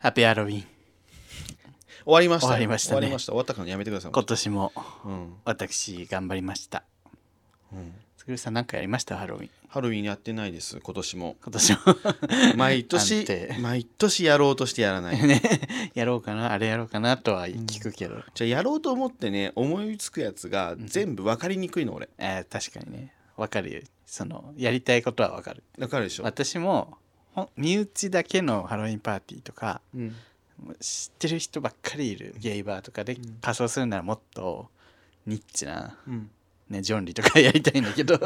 ハッピーハロウィン。 終わりました。 終わりましたね。 終わったからやめてください。 今年もうん私頑張りました。 うんつくるさん何かやりましたハロウィン？ ハロウィンやってないです今年も。 今年も毎年やろうとしてやらない。 ね、やろうかなあれやろうかなとは聞くけど、 じゃあやろうと思ってね思いつくやつが全部分かりにくいの俺。 確かにね、わかるよ。そのやりたいことはわかる。 分かるでしょ。 私も身内だけのハロウィンパーティーとか、 うん知ってる人ばっかりいるゲイバーとかで仮装するならもっとニッチな、 うんね、ジョンリとかやりたいんだけど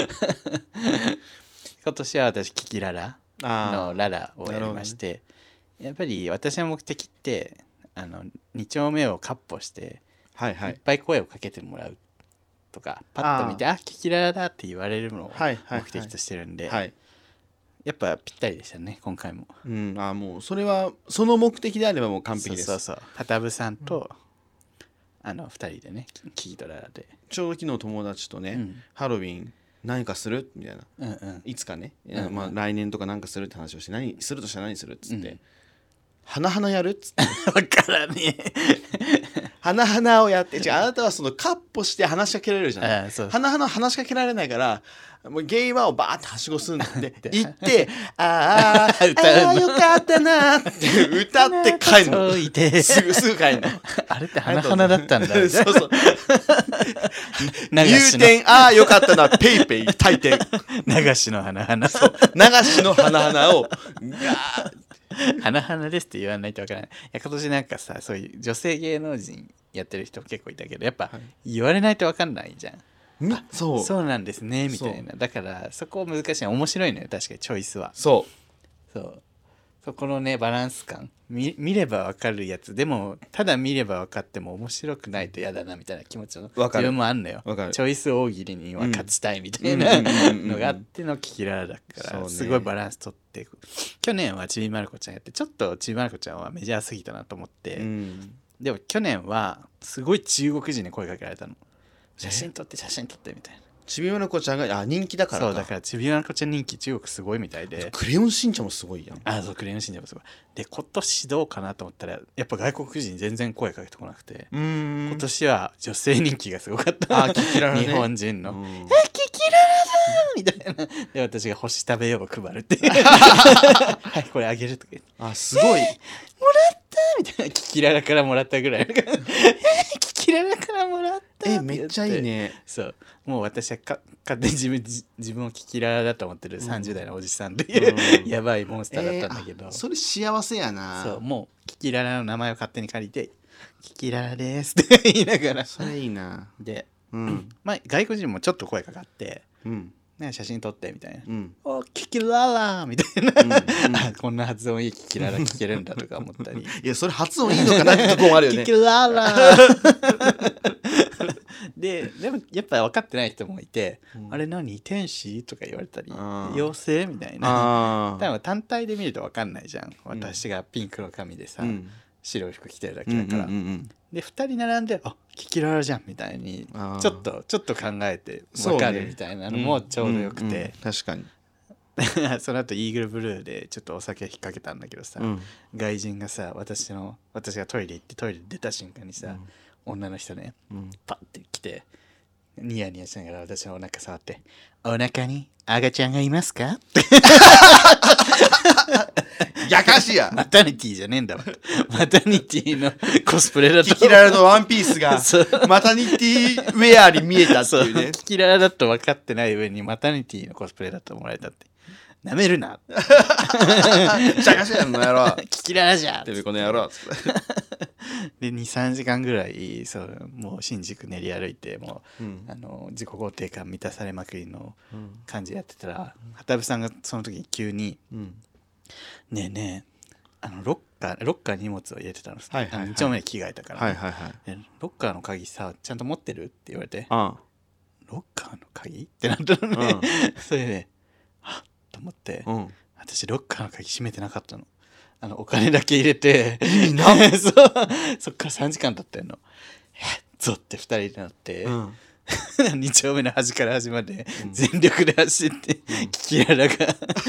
今年は私キキララのララをやりまして、やっぱり私の目的って2丁目をカッポして、 はいはいいっぱい声をかけてもらうとか、パッと見てキキララだって言われるのをはいはい目的としてるんで、 はいやっぱぴったりでしたね今回も。 もうそれはその目的であればもう完璧です。 そうはたぶさんと、2人でねキキとララでちょうど昨日友達とね、ハロウィン何かするみたいな、いつかね、来年とか何かするって話をして、何するとしたら何するっつって、花々やるっつって分からねえ花々をやって、あなたはそのカッポして話しかけられるじゃん。花々話しかけられないからもうゲイバーをバーってはしごすんで行ってあよかったなって歌って帰るのすぐ帰るのあれって花々だったんだそうそう入店よかったなペイペイ退店流しの花々 そう流しの花々を花々ですって言わないとわからない。いや今年なんかさ、そういう女性芸能人やってる人結構いたけど、やっぱ言われないとわかんないじゃん。そうなんですねみたいな。だからそこ難しい。面白いのよ確かにチョイスは。そこのねバランス感、見ればわかるやつでもただ見れば分かっても面白くないと嫌だなみたいな気持ちの自分もあんのよ。チョイス大喜利には勝ちたいみたいなのがあってのキキララだから、すごいバランス取っていく。去年はちびまる子ちゃんやって、ちょっとちびまる子ちゃんはメジャーすぎたなと思って、でも去年はすごい中国人に声かけられたの。写真撮ってみたいな。 ちびまる子ちゃんが人気だからそうだからちびまる子ちゃん人気中国すごいみたいで、 クレヨンしんちゃんもすごいやん。 そうクレヨンしんちゃんもすごいで、今年どうかなと思ったらやっぱ外国人全然声かけてこなくて、今年は女性人気がすごかった。 キキララね、 日本人のキキララだみたいなで、私が星食べようを配るってはいこれあげるとか言って、すごいもらったみたいな、キキララからもらったぐらいキキララからもらっためっちゃいいね。 そうもう私は勝手に自分をキキララだと思ってる30代のおじさんでいう、やばいモンスターだったんだけど、 それ幸せやな。 そうもうキキララの名前を勝手に借りてキキララですって言いながら、 それいいな。 で、外国人もちょっと声かかって、写真撮ってみたいな、おキキララみたいな、こんな発音いいキキララ聞けるんだとか思ったりいやそれ発音いいのかなってとこもあるよね。 キキララでもやっぱ分かってない人もいて、あれ何天使とか言われたり妖精みたいな、多分単体で見ると分かんないじゃん。私がピンクの髪でさ、白い服着てるだけだから、で2人並んでキキララじゃんみたいにちょっと考えて分かるみたいなのもちょうどよくて、 確かにその後イーグルブルーでちょっとお酒引っ掛けたんだけどさ、外人がさ私がトイレ行ってトイレ出た瞬間にさ、女の人ね、パッて来てニヤニヤしながら私のお腹触って「お腹に赤ちゃんがいますか?」 やかしやマタニティじゃねえんだわマタニティのコスプレだとキキララのワンピースがマタニティウェアに見えたっていうね。 キキララだと分かってない上にマタニティのコスプレだと思われたって、なめるなやかしやんのやろキキララじゃんてめえこの野郎で 2,3 時間ぐらいもう新宿練り歩いてもう、自己肯定感満たされまくりの感じやってたら、畑部さんがその時に急に、ねえねえロッカーに荷物を入れてたの、2丁目で着替えたから、ロッカーの鍵さちゃんと持ってるって言われて、ロッカーの鍵ってなったのね、それではっと思って、私ロッカーの鍵閉めてなかったの。お金だけ入れてそっから3時間経ってんの。ぞって2人でなって、 2丁目の端から端まで全力で走って、キキララが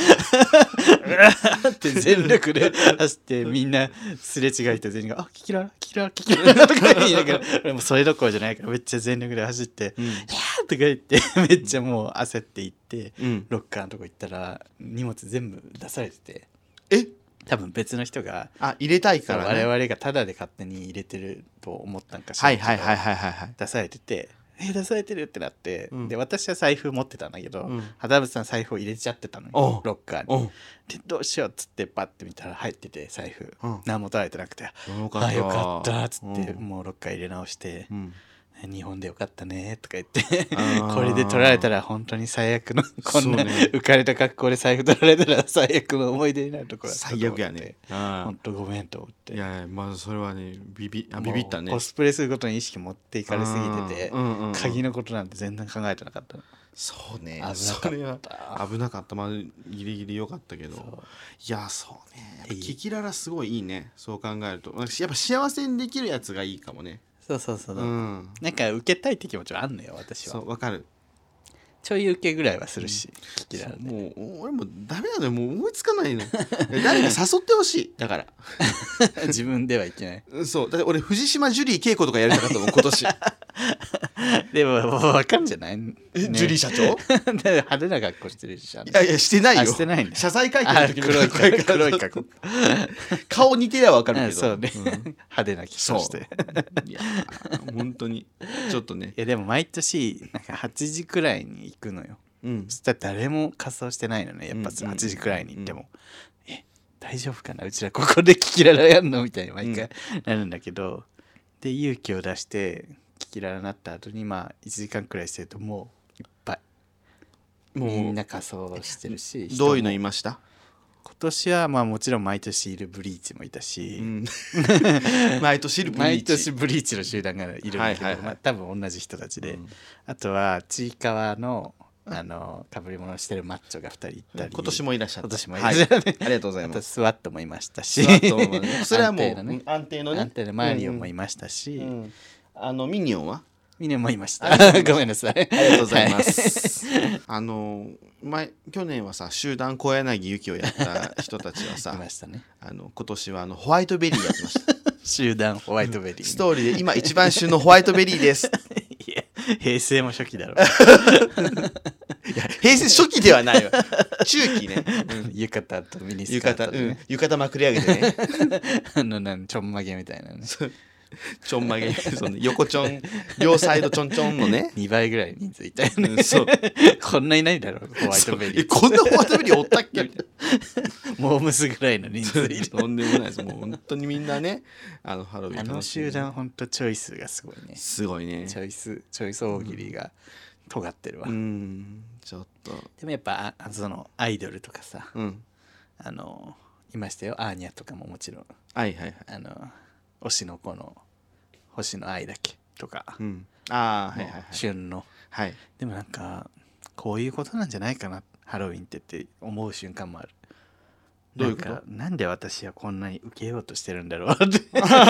って全力で走ってみんなすれ違い人全員がキキララキキララキキララとか言いながら俺もそれどころじゃないからめっちゃ全力で走って「いやー!」とか言ってめっちゃもう焦って行ってロッカーのとこ行ったら荷物全部出されてて多分別の人が入れたいから、 ね、我々がタダで勝手に入れてると思ったんかしら、出されてて出されてるってなって、で私は財布持ってたんだけど、畑渕さん財布を入れちゃってたのよロッカーに。でどうしようっつってパッて見たら入ってて財布、何も取られてなくてよかったっつって、もうロッカー入れ直して、日本でよかったねとか言ってこれで取られたら本当に最悪のこんな浮かれた格好で財布取られたら最悪の思い出になるところだったと思って、 最悪やね本当ごめんと思って。 いやまずそれはねビビったね。 コスプレすることに意識持っていかれすぎてて、鍵のことなんて全然考えてなかったの。 そうね、 危なかった。 危なかった。まあギリギリ良かったけど、いやそうね、キキララすごいいいね。そう考えるとやっぱ幸せにできるやつがいいかもね。 そう、なんか受けたいって気持ちはあんのよ私は。 そうわかる。 ちょい受けぐらいはするし、キキララでもう俺もダメなのよ、もう思いつかないの誰か誘ってほしいだから自分ではいけないそうだって俺藤島ジュリー恵子とかやりたかったもん今年でも分かるんじゃない、ね、 ジュリー社長派手な格好してるじゃん。 いやしてないよ。 してないんだ。 謝罪会見の時の黒い格好顔似てりゃ分かるけどそうね、派手な気がしていや本当にちょっとね。 いやでも毎年なんか8時くらいに行くのよ、そしたら誰も仮装してないのねやっぱ8時くらいに行っても、大丈夫かなうちらここでキキララやんのみたいに毎回なるんだけど、で勇気を出してキキララになった後に1時間くらいしてるともういっぱいみんな仮装してるし。 どういうのいました？ 今年はもちろん毎年いるブリーチもいたし、 毎年ブリーチの集団がいるんだけど、多分同じ人たちで、あとはちいかわのかぶり物してるマッチョが2人いたり、 今年もいらっしゃった。 今年もいらっしゃった、 ありがとうございます。 あとスワットもいましたしそれはもう安定のマリオンもいましたし、 ミニオンはミニオンもいましたごめんなさい、 ありがとうございます去年はさ集団小柳ゆきをやった人たちはさいましたね。 今年はホワイトベリーやってました集団ホワイトベリー、 ストーリーで今一番旬のホワイトベリーですいや平成も初期だろいや平成初期ではないわ中期ね、 浴衣とミニスカートで、ね、 浴衣まくり上げてねちょんまげみたいなねちょんまげ横ちょん両サイドちょんちょんのね 2倍ぐらい人数いたよね、そうこんないないだろホワイトベリー、 こんなホワイトベリーおったっけみたいなモームスぐらいの人数いるとんでもないです。もう本当にみんなねハロウィン集団本当チョイスがすごいね。 すごいね。 チョイス大喜利が尖ってるわ。 ちょっとでもやっぱそのアイドルとかさ、いましたよ。アーニャとかももちろん、推しの子の星の愛だけとか、旬の、でもなんかこういうことなんじゃないかなハロウィンって思う瞬間もある。 どういうこと？ なんで私はこんなに受けようとしてるんだろうって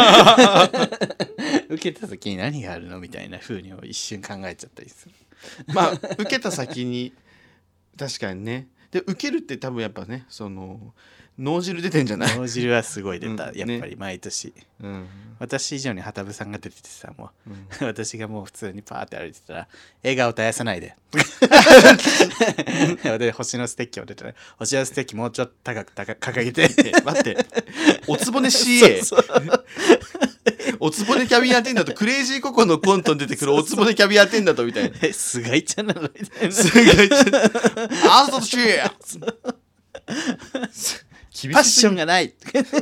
受けた時に何があるのみたいな風に一瞬考えちゃったりする。 受けた先に確かにね。で受けるって多分やっぱね脳汁出てんじゃない？ 脳汁はすごい出た、やっぱり毎年、私以上に畑部さんが出ててさ、もう、私がもう普通にパーって歩いてたら笑顔絶やさないでで星のステッキを出て、星のステッキもうちょっと高く掲げて待っておつぼね CA おつぼねキャビンアテンダント、クレイジーココのコントに出てくるおつぼねキャビンアテンダントみたいな。 菅井ちゃんなのみたいな。 菅井ちゃんあざとしパッションがない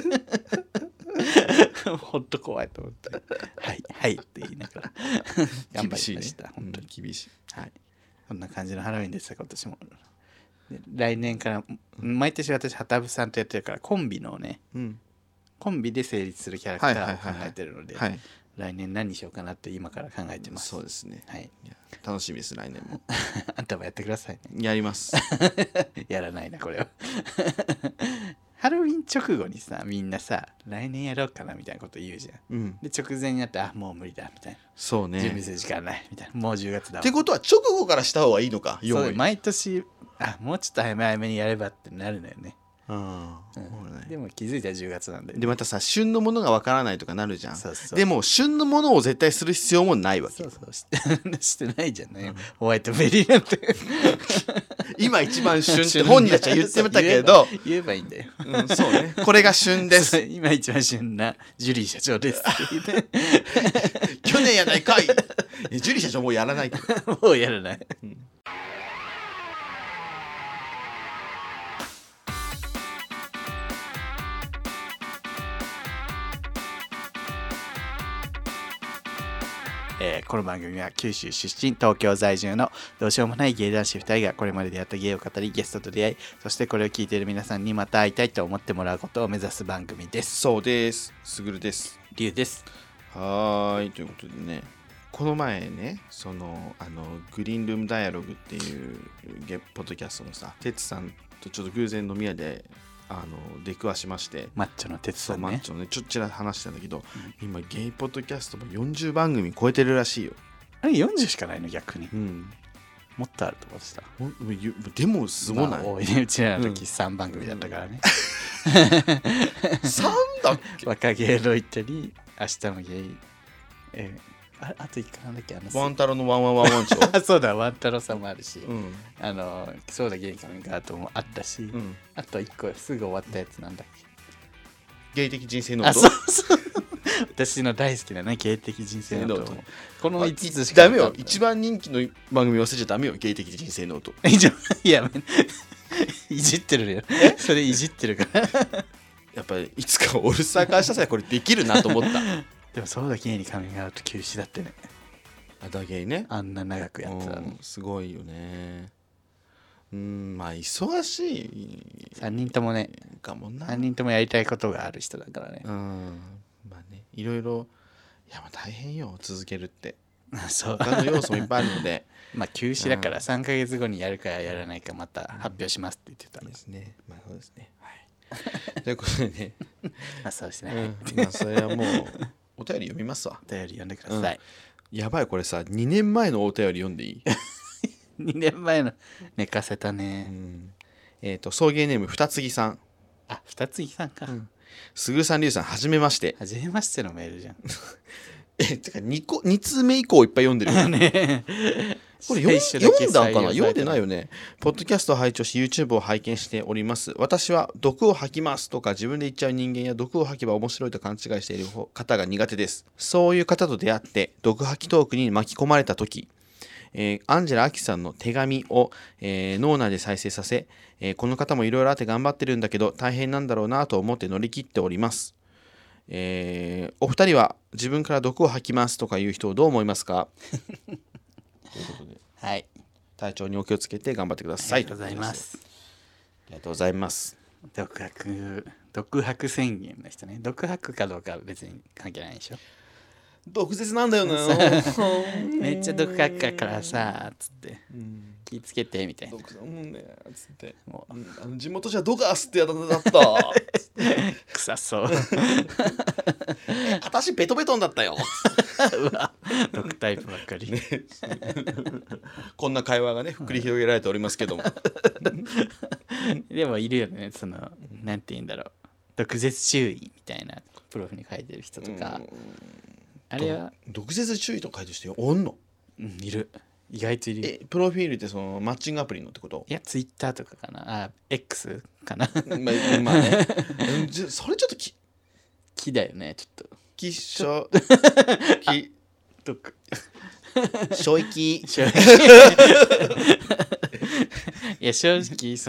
ほんと怖いと思ってはいって言いながら頑張りました。本当に厳しい。こんな感じのハロウィンでした今年も。来年から毎年私畑部さんとやってるからコンビのね、コンビで成立するキャラクターを考えてるので、来年何にしようかなって今から考えてます。 そうですね。楽しみです。来年もあんたもやってくださいね。 やります。 やらないなこれはハロウィン直後にさみんなさ来年やろうかなみたいなこと言うじゃん、で直前になってもう無理だみたいな、 そうね、 準備する時間ないみたいな、もう10月だわってことは直後からした方がいいのか。 そう毎年もうちょっと早めにやればってなるのよね。でも気づいたら10月なんで、 でまたさ旬のものがわからないとかなるじゃん。でも旬のものを絶対する必要もないわけ。 してないじゃない、ホワイトベリーなんて今一番旬って本人たちは言ってみたけど言えばいいんだよ、 そうね、これが旬です。 今一番旬なジュリー社長ですって去年やないかいジュリー社長もうやらないもうやらない、この番組は九州出身東京在住のどうしようもない芸男子2人がこれまででやった芸を語りゲストと出会い、そしてこれを聞いている皆さんにまた会いたいと思ってもらうことを目指す番組です。 そうです。すぐるです。 りゅうです。 はい、ということでね、この前ねグリーンルームダイアログっていうポッドキャストのさてつさんとちょっと偶然飲み屋で出くわしまして、 マッチョの鉄さんね、 マッチョのねちょっちら話したんだけど、今ゲイポッドキャストも40番組超えてるらしいよ。 あれ40しかないの逆に、もっとあると思ってた。でもすごない、 多いね。うちらの時3番組だったからね、 3だっけ。 若芸ロイタリー、明日のゲイ、あと1個なんだっけ、 ワンタロのワンワンワンワンチョそうだ、ワンタロさんもあるし、そうだゲイカミングアウトもあったし、あと1個すぐ終わったやつなんだっけ、 ゲイ的人生ノート。 そう私の大好きなねゲイ的人生ノートもこの5つしかダメよ。一番人気の番組忘れちゃダメよ。ゲイ的人生ノートいやいじってるよそれいじってるからやっぱりいつかオールスター感謝祭これできるなと思ったでもそうだゲイにカミングアウト休止だってね。 だゲイね、 あんな長くやってたのにすごいよね。まあ忙しい 3人ともねかもな。 3人ともやりたいことがある人だからね。 まあね、いろいろまあ大変よ続けるってそう他の要素もいっぱいあるのでまあ休止だから3ヶ月後にやるかやらないかまた発表しますって言ってたですね。まあそうですね、はいということでねまあそうですね、 まあそれはもうお便り読みますわ。 お便り読んでください、 やばいこれさ2年前のお便り読んでいい 2年前の寝かせたね。 送迎ネーム二つぎさん。 二つぎさんか。 すぐるさんりゅうさんはじめまして。 はじめましてのメールじゃんてか2通目以降いっぱい読んでるよねこれ読んだんかな。読んでないよね。ポッドキャストを拝聴し YouTube を拝見しております。私は毒を吐きますとか自分で言っちゃう人間や毒を吐けば面白いと勘違いしている方が苦手です。そういう方と出会って毒吐きトークに巻き込まれた時、アンジェラ・アキさんの手紙を、脳内で再生させ、この方もいろいろあって頑張ってるんだけど大変なんだろうなと思って乗り切っております。お二人は自分から毒を吐きますとかいう人をどう思いますかということで、 はい、 体調にお気をつけて頑張ってください。 ありがとうございます。 ありがとうございます。 毒吐宣言の人ね。毒吐くかどうかは別に関係ないでしょ。 毒舌なんだよなめっちゃ毒吐くからさつって、気つけてみたいな。 毒さんねつってもう地元じゃドガスってやだった臭そう私ベトベトンだったようわ毒タイプばっかり、ね、 こんな会話がね繰り広げられておりますけどもでもいるよねなんて言うんだろう、毒舌注意みたいなプロフに書いてる人とか。あれは毒舌注意と書いてる人おんの？ いる。意外といる。 プロフィールってそのマッチングアプリのってこと？ いやツイッターとかかな。X かなまあねそれちょっと木だよね。ちょっときっしょき毒正域いや正直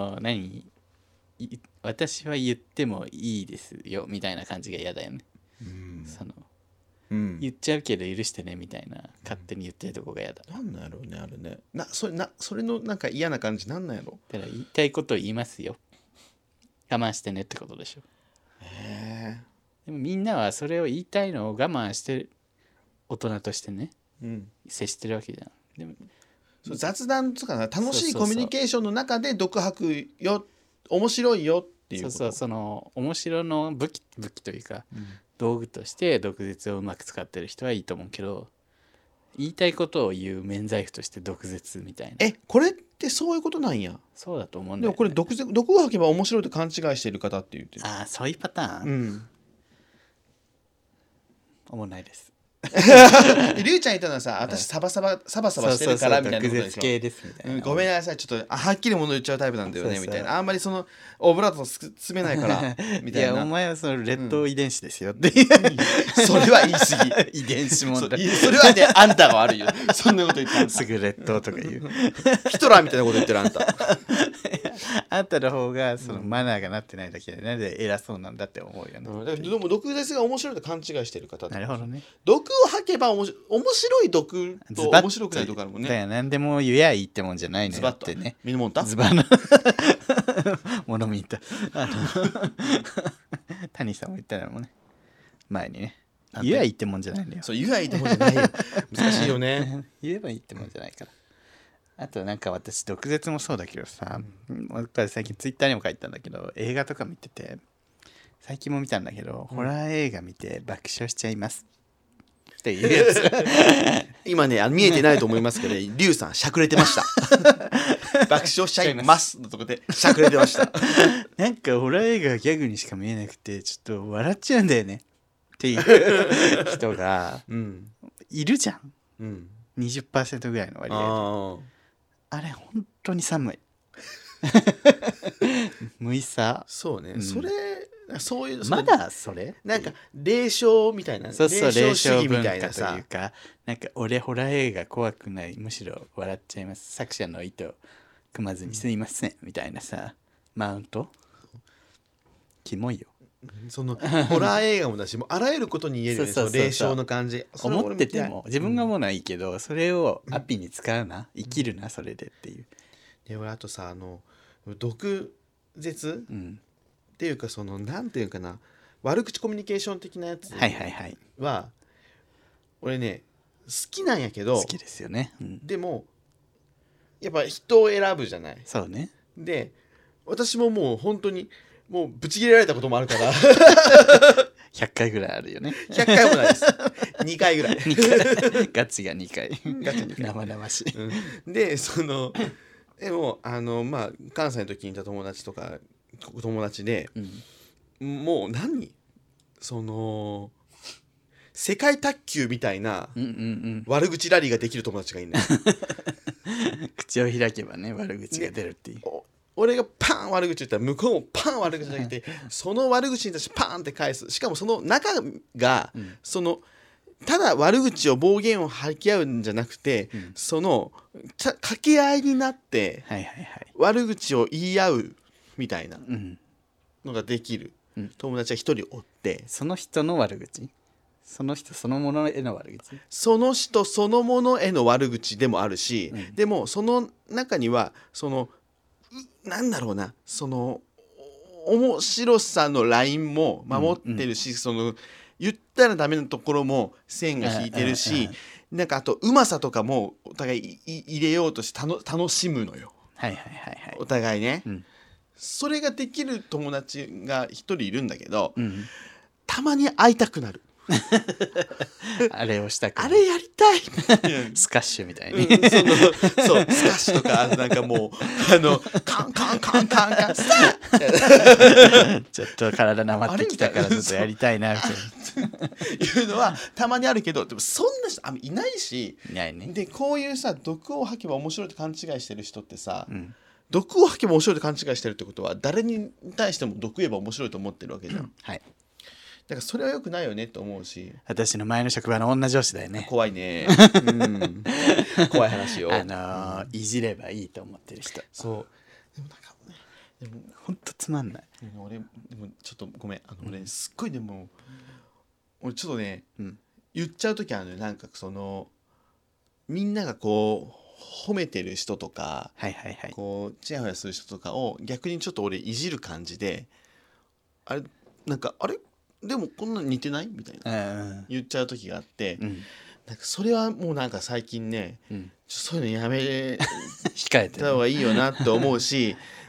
私は言ってもいいですよみたいな感じが嫌だよね。言っちゃうけど許してねみたいな勝手に言ってるとこが嫌だ。 なんなんやろうねあれね。それのなんか嫌な感じなんなんやろ。 だから言いたいことを言いますよ。我慢してねってことでしょ。でもみんなはそれを言いたいのを我慢して大人としてね、接してるわけじゃん。でも雑談とか楽しいコミュニケーションの中で毒吐くよ面白いよってっていうこと。 そうその面白の武器というか、道具として毒舌をうまく使ってる人はいいと思うけど、言いたいことを言う免罪符として毒舌みたいな。 これってそういうことなんや。 そうだと思うんだよ、ね。 でもこれ毒を吐けば面白いと勘違いしている方って言ってる。 ああ、そういうパターン。思わないです。 りゅうちゃん言ったのはさ、私サバサバしてるからみたいなことでしょ。 毒舌系ですみたいな。 ごめんなさい、ちょっとはっきり物言っちゃうタイプなんだよねみたいな。あんまりそのオブラート詰めないからみたいな。 いやお前はその劣等遺伝子ですよっていう、 それは言い過ぎ。 遺伝子問題。 それはね、あんたが悪いよ。そんなこと言ってすぐ劣等とか言う。 ヒトラーみたいなこと言ってるあんた。 あんたの方がそのマナーがなってないだけで、なんで偉そうなんだって思うよね。 でも毒舌が面白いと勘違いしてる方。 なるほどね。 毒を吐けば面白い毒と面白くない毒あるもんね。 だから何でも言やいいってもんじゃないのよってね。 ミノモンタズバのモノミンタ。谷さんも言ったのもね、前にね。言やいいってもんじゃないんだよ。 そう、言やいいってもんじゃないよ。難しいよね。 言えばいいってもんじゃないから。あとなんか私毒舌もそうだけどさ、最近ツイッターにも書いたんだけど、映画とか見てて、最近も見たんだけど、ホラー映画見て爆笑しちゃいますっていうやつ。 今ね、見えてないと思いますけど、リュウさんしゃくれてました。爆笑しちゃいますのとこでしゃくれてました。 なんかホラー映画ギャグにしか見えなくて、ちょっと笑っちゃうんだよねっていう人がいるじゃん。20% ぐらいの割合で。あれ本当に寒い。むいさ。 そうね、そういうまだそれなんか霊障みたいな、 そう霊障主義みたいなというか、なんか俺ホラー映画怖くない、むしろ笑っちゃいます、作者の意図組まずにすいませんみたいなさ、マウントキモいよ。 そのホラー映画もだし、もうあらゆることに言えるよね、霊障の感じ。 思ってても自分が思うのはいいけど、それをアピに使うな、生きるなそれでっていう。 で俺あとさ、毒舌、っていうか、そのなんていうかな、悪口コミュニケーション的なやつは、俺ね好きなんやけど、 好きですよね、 でもやっぱ人を選ぶじゃない。 そうね。 で私ももう本当にもうブチ切れられたこともあるから 100回ぐらいあるよね。 100回もないです。2回ぐらい。 ガチが2回。生々しい。 ででもまあ関西の時にいた友達で、もう世界卓球みたいな悪口ラリーができる友達がいるんだよ。 口を開けばね、悪口が出るっていう。 俺がパン悪口言ったら向こうもパン悪口じゃなくて、その悪口に対してパンって返す。しかもその中が、ただ悪口を暴言を吐き合うんじゃなくて、掛け合いになって、悪口を言い合うみたいなのができる友達が一人おって、 その人の悪口、その人そのものへの悪口、 その人そのものへの悪口でもあるし、でもその中にはなんだろうな、面白さのラインも守ってるし、言ったらダメなところも線が引いてるし、なんかあとうまさとかもお互い入れようとして楽しむのよ。お互いね、それができる友達が一人いるんだけど、たまに会いたくなる。 あれをしたくあれやりたい。 スカッシュみたいに、 そうスカッシュとか、なんかもうカンカンカンカンカンスターちょっと体なまってきたからちょっとやりたいなみたいないうのはたまにあるけど、でもそんな人いないし、 いないね。 でこういうさ、毒を吐けば面白いと勘違いしてる人ってさ、毒を吐けば面白いと勘違いしてるってことは、誰に対しても毒言えば面白いと思ってるわけじゃん。だからそれは良くないよねと思うし。 私の前の職場の女上司だよね。 怖いね。怖い話よ。 いじればいいと思ってる人。 そう。でもなんかね、 でも本当つまんない。 俺でもちょっとごめん、俺すっごいでも俺ちょっとね、言っちゃう時あるのよ。なんかみんながこう褒めてる人とか、こうチヤホヤする人とかを逆にちょっと俺いじる感じで、あれなんかあれでもこんな似てないみたいな言っちゃう時があって、なんかそれはもうなんか最近ね、そういうのやめ控えてた方がいいよなって思うし、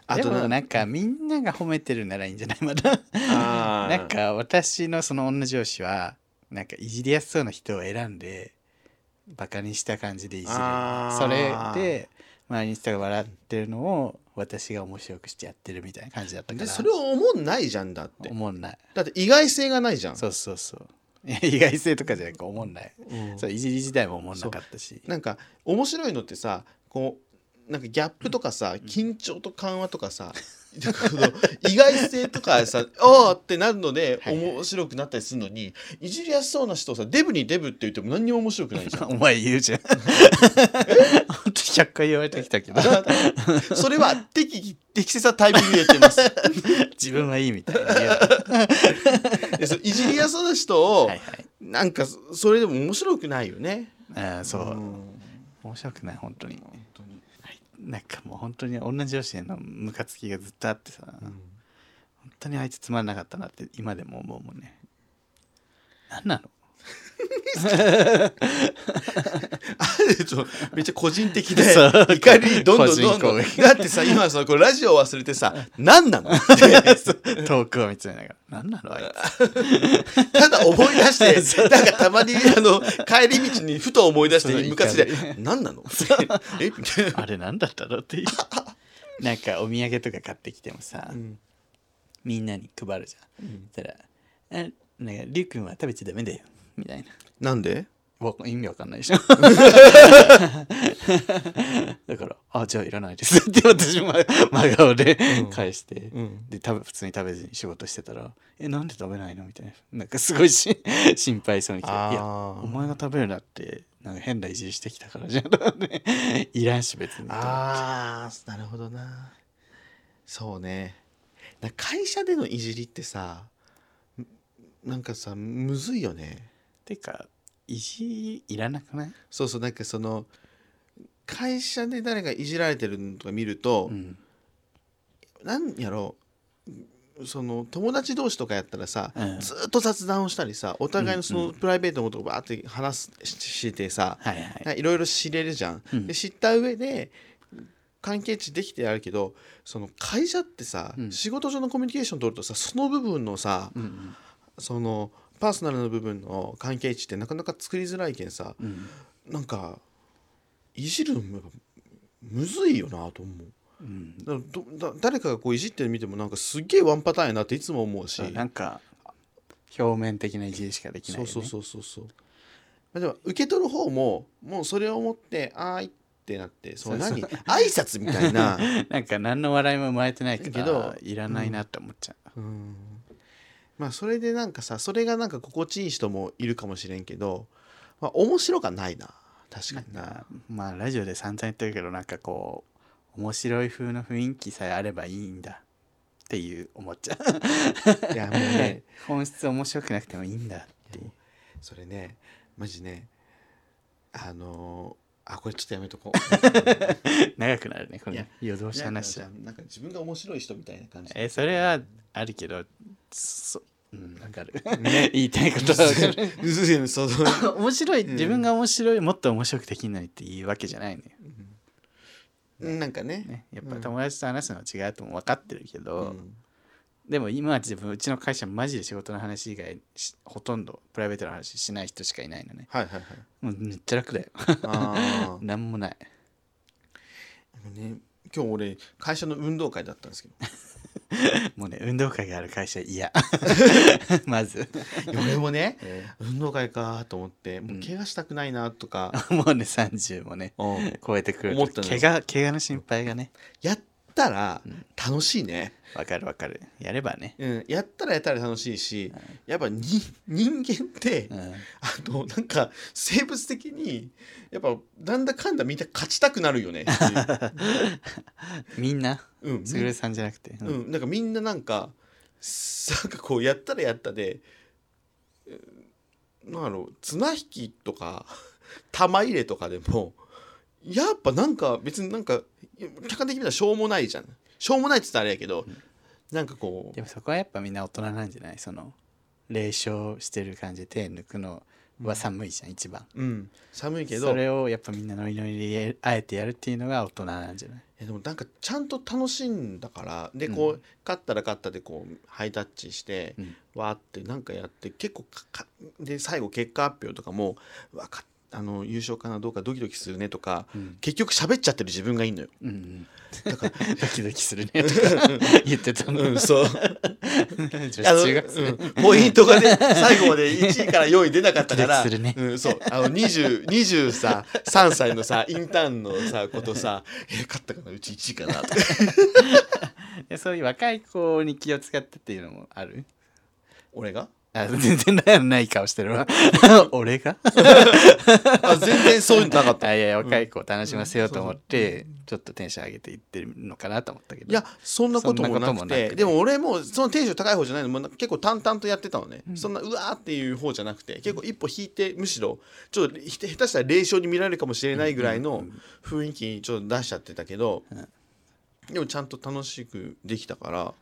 でもなんかみんなが褒めてるならいいんじゃないまだなんか私のその女上司はなんかいじりやすそうな人を選んでバカにした感じでいじる。それで周りの人が笑ってるのを私が面白くしてやってるみたいな感じだったから。 でそれは思んないじゃん。だって思んない。 だって意外性がないじゃん。 そうそうそう。意外性とかじゃなく思んない、そういじり自体も思んなかったし、 なんか面白いのってさこうなんかギャップとかさ緊張と緩和とかさ意外性とかさあーってなるので面白くなったりするのに、いじりやすそうな人をさデブにデブって言っても何にも面白くないじゃんお前言うじゃん本当100回言われてきたけどそれは適切なタイミングで言ってます自分はいいみたいないじりやすそうな人をなんかそれでも面白くないよね。 そう、面白くない本当に。なんかもう本当に同じ上司へのムカつきがずっとあってさ、本当にあいつつまんなかったなって今でも思うもんね。何なのめっちゃ個人的で怒りどんどんだってさ今さこれラジオ忘れてさ何なの遠くを見つめながら何なのあいつただ思い出してなんかたまに帰り道にふと思い出してムカついて何なのみたいなあれ何だったのっていうなんかお土産とか買ってきてもさ、みんなに配るじゃん、そしたらなんかりゅうくんは食べちゃダメだよみたいな。 なんで意味わかんないでしょだからじゃあいらないですって私も真顔で返して、で普通に食べずに仕事してたらなんで食べないのみたいな、なんかすごい心配そうに来て、いやお前が食べるなってなんか変ないじりしてきたからじゃんいらんし別に。 なるほどな。そうね、会社でのいじりってさなんかさむずいよね。 てかいじいらなくない？ そうなんかその会社で誰がいじられてるのとか見ると、なんやろその友達同士とかやったらさ、ずっと雑談をしたりさお互いのそのプライベートのことをバーって話してさ、いろいろ知れるじゃん、で知った上で関係値できてやるけど、その会社ってさ、仕事上のコミュニケーション取るとさその部分のさ、そのパーソナルの部分の関係値ってなかなか作りづらいけんさ、なんかいじるのむずいよなと思う、誰かがこういじってるの見てもなんかすっげえワンパターンやなっていつも思うし、 なんか表面的ないじりしかできないよね。 そうでも受け取る方ももうそれを思ってってなってその挨拶みたいななんか何の笑いも生まれてないけどいらないなって思っちゃう、 まあそれでなんかさそれがなんか心地いい人もいるかもしれんけど、まあ、面白かないな確かにな。 まあラジオで散々言ってるけどなんかこう面白い風の雰囲気さえあればいいんだっていう思っちゃういやもうね本質面白くなくてもいいんだっていう。 それねマジねこれちょっとやめとこう長くなるねこれ夜通し話しちゃう。 なんか自分が面白い人みたいな感じそれはあるけど分かる、ね、言いたいことは分かる面白い自分が面白いもっと面白くできないっていうわけじゃないのよ、 なんかねやっぱ友達と話すのは違うとも分かってるけど、でも今はうちの会社マジで仕事の話以外ほとんどプライベートの話しない人しかいないのね。もうめっちゃ楽だよなんもない、 ね、今日俺会社の運動会だったんですけどもうね運動会がある会社嫌まず俺もね、運動会かと思ってもう怪我したくないなとか、 もうね30もね超えてくると怪我の心配がねやったら楽しいね。 わかるやればね、 やったら楽しいし、やっぱ人間って、なんか生物的にやっぱなんだかんだみんな勝ちたくなるよねみんなすぐるさんじゃなくて、 なんかみんななんかこうやったでなんだろう綱引きとか玉入れとかでもやっぱなんか別になんか客観的に見たらしょうもないじゃん。しょうもないって言ったらあれやけど、なんかこうでもそこはやっぱみんな大人なんじゃない？その冷笑してる感じで手抜くのは寒いじゃん一番、 寒いけどそれをやっぱみんなノリノリであえてやるっていうのが大人なんじゃない？ でもなんかちゃんと楽しいんだからでこう、勝ったら勝ったでこうハイタッチして、わーってなんかやって結構で最後結果発表とかも優勝かなどうかドキドキするねとか、結局喋っちゃってる自分がいいのよ、 だからドキドキするねとか言ってたの、 そうポイントがね最後まで1位から4位出なかったからそう23歳のさインターンのさことさ勝ったかなうち1位かなとかそういう若い子に気を使ってっていうのもある？ 俺が全然ない顔してるわ俺が全然そういうのなかった。 いや若い子を楽しませようと思って、ちょっとテンション上げていってるのかなと思ったけど、 いやそんなこともなくて、でも俺もそのテンション高い方じゃないのも結構淡々とやってたのね、そんなうわーっていう方じゃなくて結構一歩引いてむしろちょっと下手したら霊障に見られるかもしれないぐらいの雰囲気にちょっと出しちゃってたけど、でもちゃんと楽しくできたから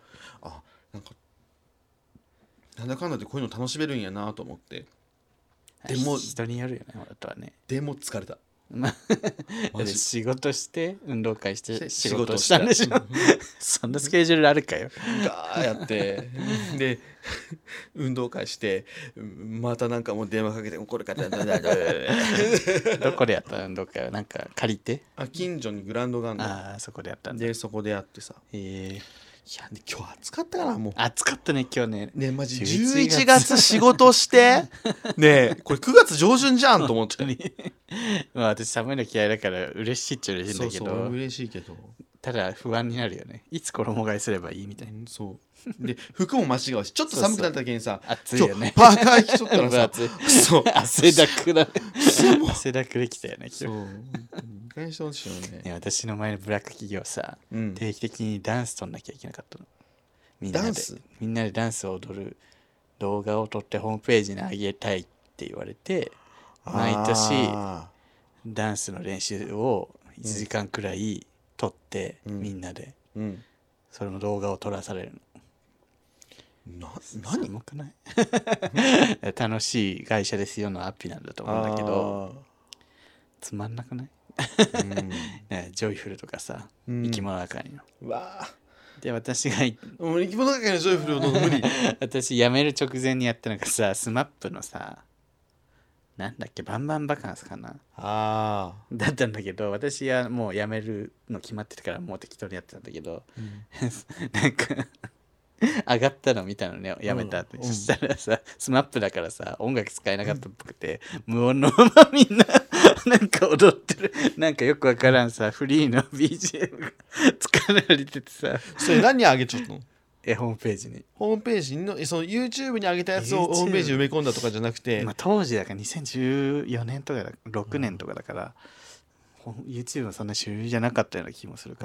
なんだかんだでこういうの楽しめるんやなと思って。 でも人によるよねあとはね。 でも疲れた仕事して運動会して仕事したんでしょそんなスケジュールあるかよガーやってで運動会してまたなんかもう電話かけてこれからどこでやった運動会はなんか借りて近所にグラウンドがあるの。 そこでやったんだ。 でそこでやってさいや今日暑かったかな。もう暑かったね今日ね。 マジ11月仕事してねこれ9月上旬じゃんと思って私寒いの嫌いだから嬉しいっちゃ嬉しいんだけど、 そう嬉しいけどただ不安になるよね。いつ衣替えすればいいみたいな。 そうで服も間違うしちょっと寒くなった時にさ暑いよね。 パーカー着とったらさそう汗だくだ汗だくできたよね今日。 そうしてほしいよね。 私の前のブラック企業さ、定期的にダンス撮んなきゃいけなかったの。みんなでダンスを踊る動画を撮ってホームページに上げたいって言われて、毎年ダンスの練習を1時間くらい撮って、みんなで、その動画を撮らされるの。 何寒くない楽しい会社ですよのアピなんだと思うんだけど、つまんなくないジョイフルとかさ、生き物係の。で私が生き物係のジョイフルの無理私辞める直前にやったのがさ、スマップのさなんだっけバンバンバカンスかなだったんだけど、私はもう辞めるの決まってたからもう適当にやってたんだけど、なんか上がったの見たのね、やめたって、そしたらさスマップだからさ音楽使えなかったっぽくて、無音のままみんななんか踊ってる、なんかよくわからんさフリーの BGM が使われててさ、 それ何に上げちゃったの？ ホームページにその YouTube に上げたやつをホームページに埋め込んだとかじゃなくて、 当時だから2014年とか6年とかだから、YouTube はそんな主流じゃなかったような気もするから、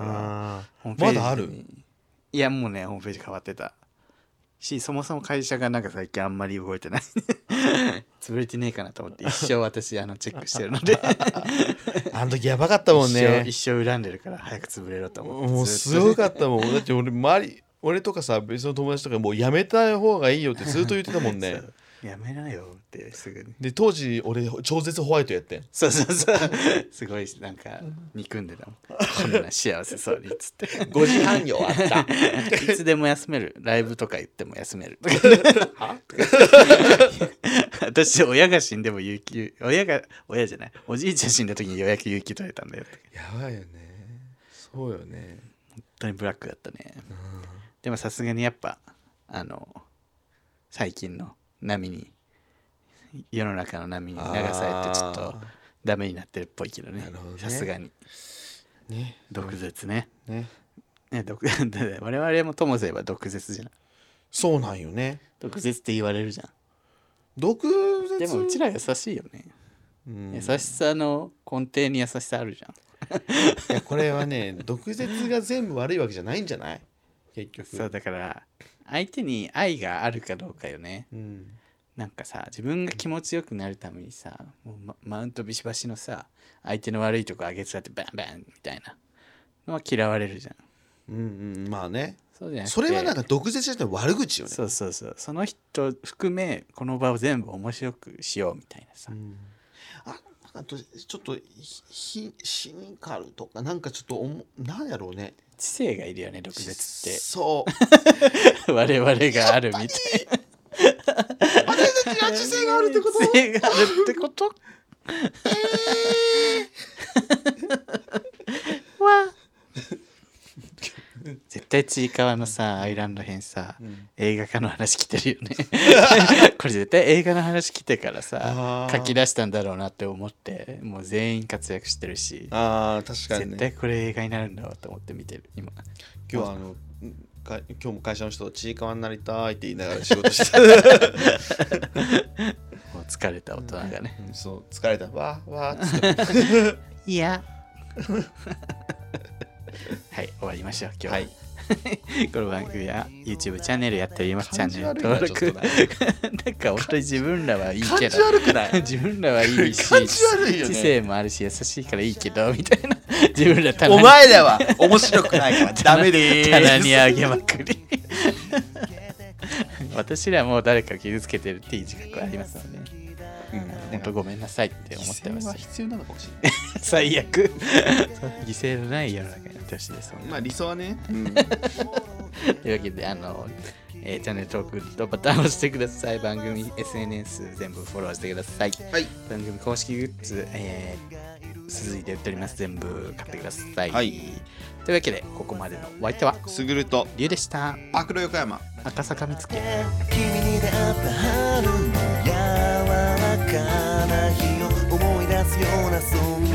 まだある？ いやもうねホームページ変わってたし、そもそも会社がなんか最近あんまり動いてない潰れてねえかなと思って一生私チェックしてるのであの時やばかったもんね。 一生恨んでるから早く潰れろと思って。 もうすごかったもんだって俺とかさ別の友達とかもうやめた方がいいよってずっと言ってたもんねやめなよってすぐに。 で当時俺超絶ホワイトやってん。 そうすごいなんか憎んでたもんこんな幸せそうにっつって 5時半に終わったいつでも休める、ライブとか言っても休めるは私親が死んでも有給、親じゃないおじいちゃん死んだ時にようやく有給取れたんだよ。 やばいよね。そうよね。 本当にブラックだったね。でもさすがにやっぱ最近の波に、世の中の波に流されてちょっとダメになってるっぽいけどね、さすがにね。毒舌ね。我々もともすれば毒舌じゃん。 そうなんよね。 毒舌って言われるじゃん。 毒舌でもうちら優しいよね。優しさの根底に優しさあるじゃん。 いやこれはね毒舌が全部悪いわけじゃないんじゃない？結局そうだから相手に愛があるかどうかよね。なんかさ自分が気持ちよくなるためにさ、もうマウントビシバシのさ相手の悪いとこ上げつらってバンバンみたいなのは嫌われるじゃん。 まあね。 そうじゃなくてそれはなんか毒舌じゃなくて悪口よね。 そうそうそう、その人含めこの場を全部面白くしようみたいなさ、 あとちょっとシニカルとかなんかちょっとなんやろうね、 知性がいるよね毒舌って。 そう我々があるみたいな私たちは知性があるってこと？ 知性があるってことわ絶対ちいかわのさアイランド編さ、映画化の話来てるよねこれ絶対映画の話来てからさ書き出したんだろうなって思って、もう全員活躍してるし、 確かに、ね、 絶対これ映画になるんだろうと思って見てる今日は今日も会社の人とちいかわになりたいって言いながら仕事してもう疲れた大人がね、 そう疲れたわーっていやはい終わりましょう今日は、はいこの番組は YouTube チャンネルやっております。チャンネル登録なんか本当に自分らはいいけど自分らはいいし知性もあるし優しいからいいけどみたいな自分らお前らは面白くないからダメでーす棚にあげまくり私らも誰かを傷つけてるっていう自覚ありますので、本当ごめんなさいって思ってます。 犠牲は必要なのかもしれない最悪犠牲のない世の中になってほしいです。 まあ理想はね、というわけでチャンネル登録とボタンを押してください。番組 SNS 全部フォローしてください。 はい、 番組公式グッズ、続いて売っております。全部買ってください。 はい、 というわけでここまでのお相手はすぐるとりゅうでした。 アクロ横山赤坂見つけ。 君に出会った春の柔らかな日を思い出すようなそんな